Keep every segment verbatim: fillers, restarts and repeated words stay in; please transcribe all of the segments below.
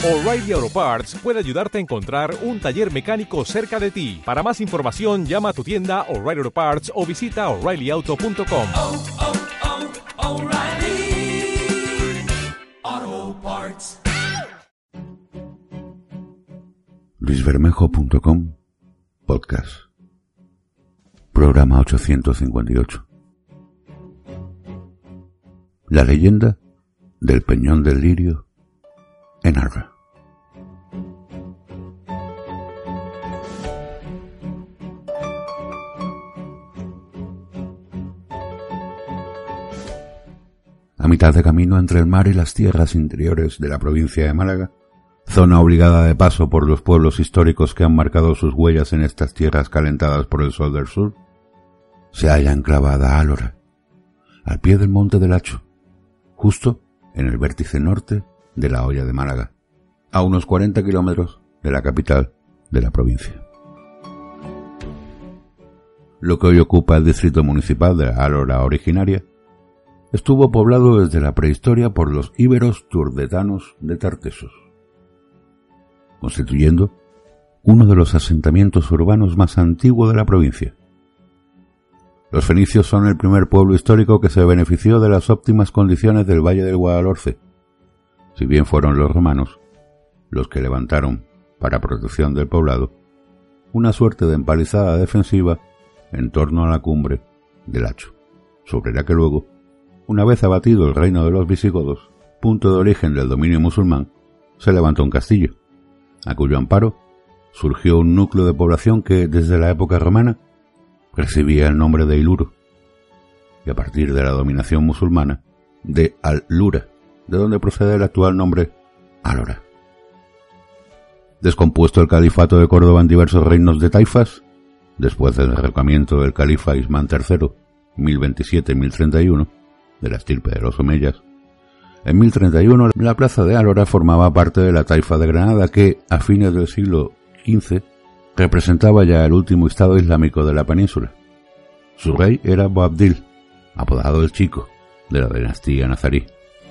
O'Reilly Auto Parts puede ayudarte a encontrar un taller mecánico cerca de ti. Para más información, llama a tu tienda O'Reilly Auto Parts o visita O'Reilly Auto punto com. Oh, oh, oh, O'Reilly Auto Parts. luis bermejo punto com Podcast. Programa ochocientos cincuenta y ocho. La leyenda del Peñón del Lirio en Arra. A mitad de camino entre el mar y las tierras interiores de la provincia de Málaga, zona obligada de paso por los pueblos históricos que han marcado sus huellas en estas tierras calentadas por el sol del sur, se halla enclavada Álora, al pie del monte del Hacho, justo en el vértice norte de la Hoya de Málaga, a unos cuarenta kilómetros de la capital de la provincia. Lo que hoy ocupa el distrito municipal de la Álora originaria estuvo poblado desde la prehistoria por los íberos turdetanos de Tartesos, constituyendo uno de los asentamientos urbanos más antiguos de la provincia. Los fenicios son el primer pueblo histórico que se benefició de las óptimas condiciones del Valle del Guadalhorce, si bien fueron los romanos los que levantaron, para protección del poblado, una suerte de empalizada defensiva en torno a la cumbre del Hacho, sobre la que luego, una vez abatido el reino de los visigodos, punto de origen del dominio musulmán, se levantó un castillo, a cuyo amparo surgió un núcleo de población que, desde la época romana, recibía el nombre de Iluro, y a partir de la dominación musulmana, de Al-Lura, de donde procede el actual nombre Álora. Descompuesto el califato de Córdoba en diversos reinos de taifas, después del derrocamiento del califa Ismán tercero, mil veintisiete a mil treinta y uno, de la estirpe de los omeyas, en mil treinta y uno la plaza de Álora formaba parte de la taifa de Granada que, a fines del siglo quince, representaba ya el último estado islámico de la península. Su rey era Boabdil, apodado el Chico, de la dinastía nazarí.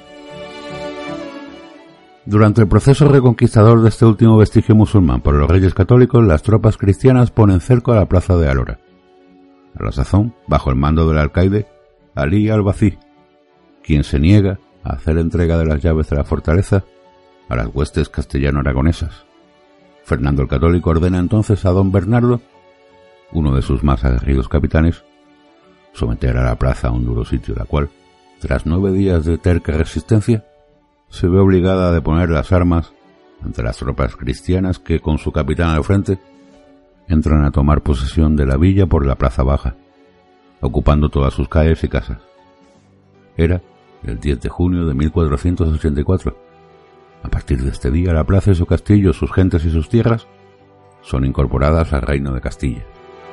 Durante el proceso reconquistador de este último vestigio musulmán por los reyes católicos, las tropas cristianas ponen cerco a la plaza de Álora, a la sazón bajo el mando del alcaide Alí al-Bací, quien se niega a hacer entrega de las llaves de la fortaleza a las huestes castellano-aragonesas. Fernando el Católico ordena entonces a don Bernardo, uno de sus más aguerridos capitanes, someter a la plaza a un duro sitio, la cual, tras nueve días de terca resistencia, se ve obligada a deponer las armas ante las tropas cristianas que, con su capitán al frente, entran a tomar posesión de la villa por la plaza baja, ocupando todas sus calles y casas. Era el diez de junio de mil cuatrocientos ochenta y cuatro. A partir de este día, la plaza y su castillo, sus gentes y sus tierras son incorporadas al reino de Castilla.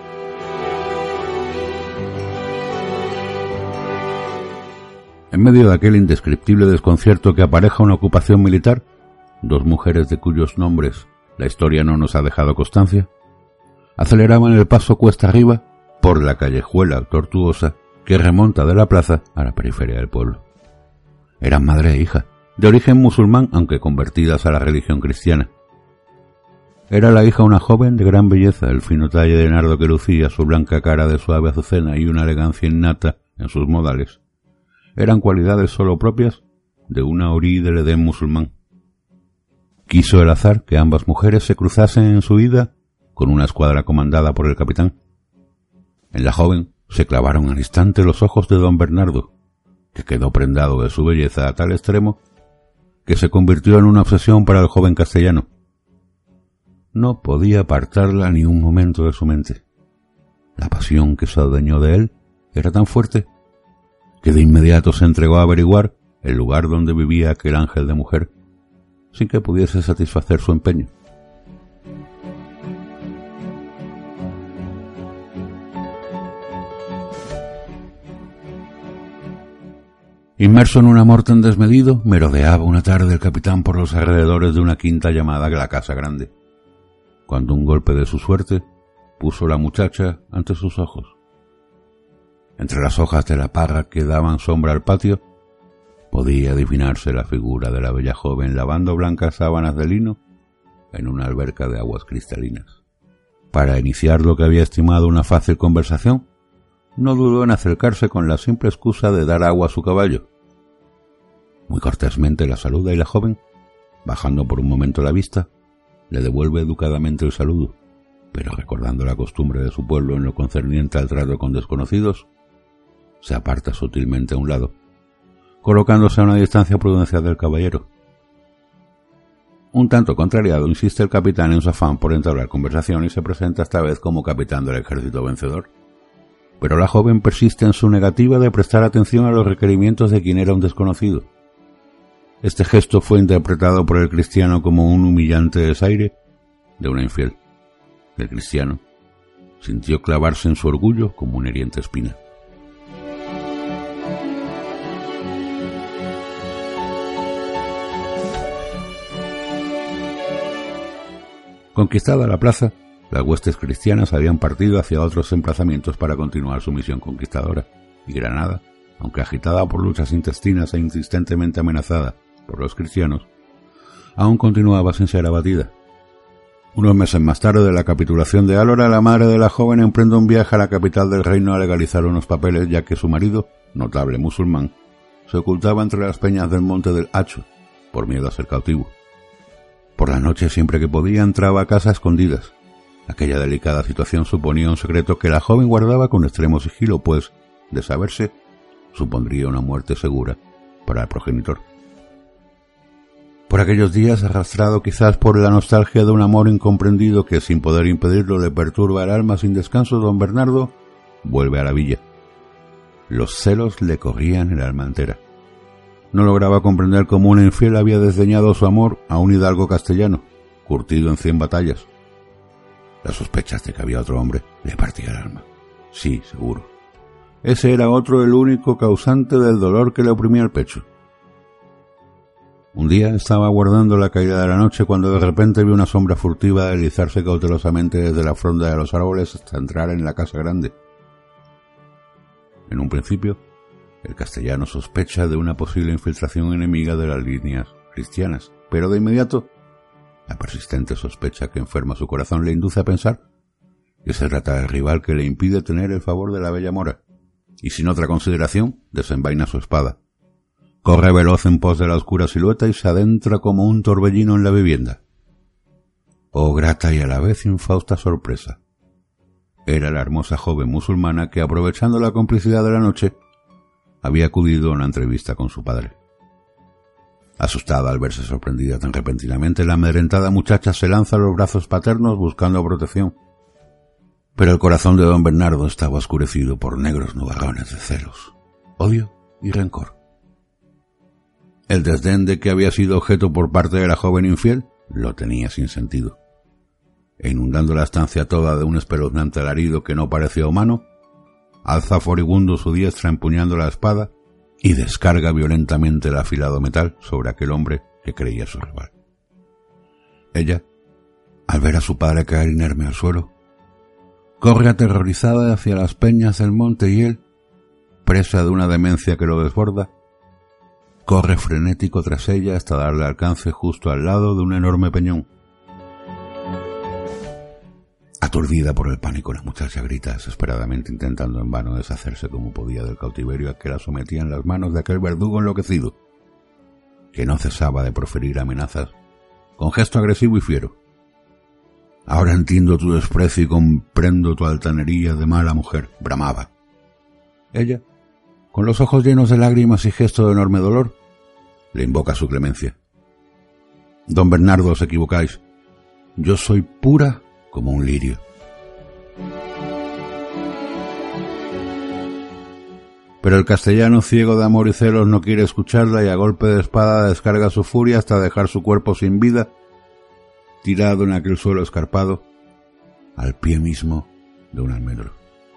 En medio de aquel indescriptible desconcierto que apareja una ocupación militar, dos mujeres de cuyos nombres la historia no nos ha dejado constancia, aceleraban el paso cuesta arriba por la callejuela tortuosa que remonta de la plaza a la periferia del pueblo. Eran madre e hija, de origen musulmán aunque convertidas a la religión cristiana. Era la hija una joven de gran belleza, el fino talle de nardo que lucía, su blanca cara de suave azucena y una elegancia innata en sus modales. Eran cualidades sólo propias de una horí del Edén musulmán. Quiso el azar que ambas mujeres se cruzasen en su ida con una escuadra comandada por el capitán. En la joven se clavaron al instante los ojos de don Bernardo, que quedó prendado de su belleza a tal extremo que se convirtió en una obsesión para el joven castellano. No podía apartarla ni un momento de su mente. La pasión que se adueñó de él era tan fuerte que de inmediato se entregó a averiguar el lugar donde vivía aquel ángel de mujer, sin que pudiese satisfacer su empeño. Inmerso en un amor tan desmedido, merodeaba una tarde el capitán por los alrededores de una quinta llamada la Casa Grande, cuando un golpe de su suerte puso la muchacha ante sus ojos. Entre las hojas de la parra que daban sombra al patio, podía adivinarse la figura de la bella joven lavando blancas sábanas de lino en una alberca de aguas cristalinas. Para iniciar lo que había estimado una fácil conversación, no dudó en acercarse con la simple excusa de dar agua a su caballo. Muy cortésmente la saluda y la joven, bajando por un momento la vista, le devuelve educadamente el saludo, pero recordando la costumbre de su pueblo en lo concerniente al trato con desconocidos, se aparta sutilmente a un lado, colocándose a una distancia prudencial del caballero. Un tanto contrariado, insiste el capitán en su afán por entablar conversación y se presenta esta vez como capitán del ejército vencedor. Pero la joven persiste en su negativa de prestar atención a los requerimientos de quien era un desconocido. Este gesto fue interpretado por el cristiano como un humillante desaire de una infiel. El cristiano sintió clavarse en su orgullo como una hiriente espina. Conquistada la plaza, las huestes cristianas habían partido hacia otros emplazamientos para continuar su misión conquistadora, y Granada, aunque agitada por luchas intestinas e insistentemente amenazada por los cristianos, aún continuaba sin ser abatida. Unos meses más tarde de la capitulación de Álora, la madre de la joven emprende un viaje a la capital del reino a legalizar unos papeles, ya que su marido, notable musulmán, se ocultaba entre las peñas del monte del Hacho, por miedo a ser cautivo. Por la noche, siempre que podía, entraba a casa a escondidas. Aquella delicada situación suponía un secreto que la joven guardaba con extremo sigilo, pues, de saberse, supondría una muerte segura para el progenitor. Por aquellos días, arrastrado quizás por la nostalgia de un amor incomprendido que, sin poder impedirlo, le perturba el alma sin descanso, don Bernardo vuelve a la villa. Los celos le corrían el alma entera. No lograba comprender cómo una infiel había desdeñado su amor a un hidalgo castellano, curtido en cien batallas. Las sospechas de que había otro hombre le partían el alma. Sí, seguro. Ese era otro el único causante del dolor que le oprimía el pecho. Un día estaba aguardando la caída de la noche cuando de repente vio una sombra furtiva deslizarse cautelosamente desde la fronda de los árboles hasta entrar en la casa grande. En un principio, el castellano sospecha de una posible infiltración enemiga de las líneas cristianas, pero de inmediato la persistente sospecha que enferma su corazón le induce a pensar que se trata del rival que le impide tener el favor de la bella mora, y sin otra consideración desenvaina su espada. Corre veloz en pos de la oscura silueta y se adentra como un torbellino en la vivienda. Oh grata y a la vez infausta sorpresa. Era la hermosa joven musulmana que, aprovechando la complicidad de la noche, había acudido a una entrevista con su padre. Asustada al verse sorprendida tan repentinamente, la amedrentada muchacha se lanza a los brazos paternos buscando protección. Pero el corazón de don Bernardo estaba oscurecido por negros nubarrones de celos, odio y rencor. El desdén de que había sido objeto por parte de la joven infiel lo tenía sin sentido. E inundando la estancia toda de un espeluznante alarido que no parecía humano, alza furibundo su diestra empuñando la espada y descarga violentamente el afilado metal sobre aquel hombre que creía su rival. Ella, al ver a su padre caer inerme al suelo, corre aterrorizada hacia las peñas del monte y él, presa de una demencia que lo desborda, corre frenético tras ella hasta darle alcance justo al lado de un enorme peñón. Aturdida por el pánico, la muchacha grita desesperadamente, intentando en vano deshacerse como podía del cautiverio a que la sometía en las manos de aquel verdugo enloquecido, que no cesaba de proferir amenazas con gesto agresivo y fiero. Ahora entiendo tu desprecio y comprendo tu altanería de mala mujer, bramaba. Ella, con los ojos llenos de lágrimas y gesto de enorme dolor, le invoca su clemencia. Don Bernardo, os equivocáis. Yo soy pura como un lirio. Pero el castellano, ciego de amor y celos, no quiere escucharla y a golpe de espada descarga su furia hasta dejar su cuerpo sin vida, tirado en aquel suelo escarpado, al pie mismo de un almendro.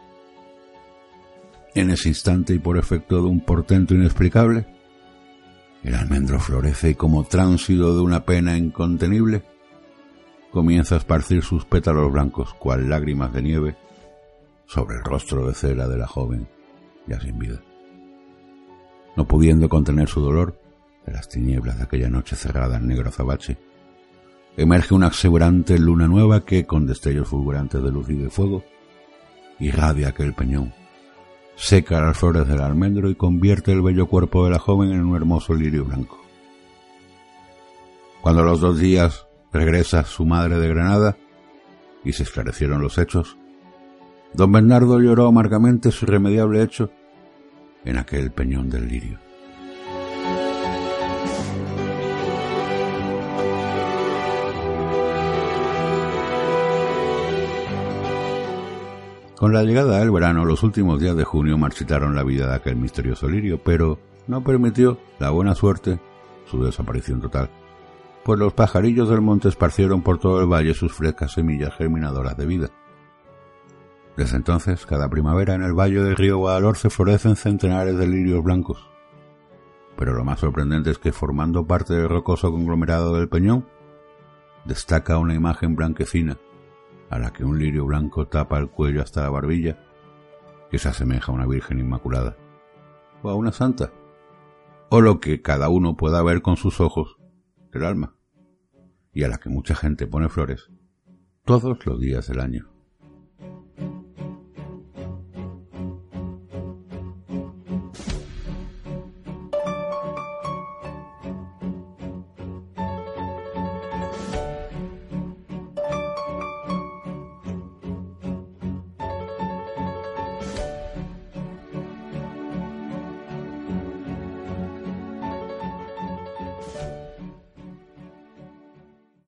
En ese instante y por efecto de un portento inexplicable, el almendro florece y, como tránsito de una pena incontenible, comienza a esparcir sus pétalos blancos, cual lágrimas de nieve, sobre el rostro de cera de la joven ya sin vida. no pudiendo contener su dolor, de las tinieblas de aquella noche cerrada en negro azabache, emerge una exuberante luna nueva que, con destellos fulgurantes de luz y de fuego, irradia aquel peñón, seca las flores del almendro y convierte el bello cuerpo de la joven en un hermoso lirio blanco. Cuando a los dos días regresa su madre de Granada y se esclarecieron los hechos, don Bernardo lloró amargamente su irremediable hecho en aquel peñón del lirio. Con la llegada del verano, los últimos días de junio marchitaron la vida de aquel misterioso lirio, pero no permitió la buena suerte su desaparición total, pues los pajarillos del monte esparcieron por todo el valle sus frescas semillas germinadoras de vida. Desde entonces, cada primavera en el valle del río Guadalhorce florecen centenares de lirios blancos. Pero lo más sorprendente es que, formando parte del rocoso conglomerado del peñón, destaca una imagen blanquecina, a la que un lirio blanco tapa el cuello hasta la barbilla, que se asemeja a una Virgen Inmaculada, o a una santa, o lo que cada uno pueda ver con sus ojos del alma, y a la que mucha gente pone flores todos los días del año.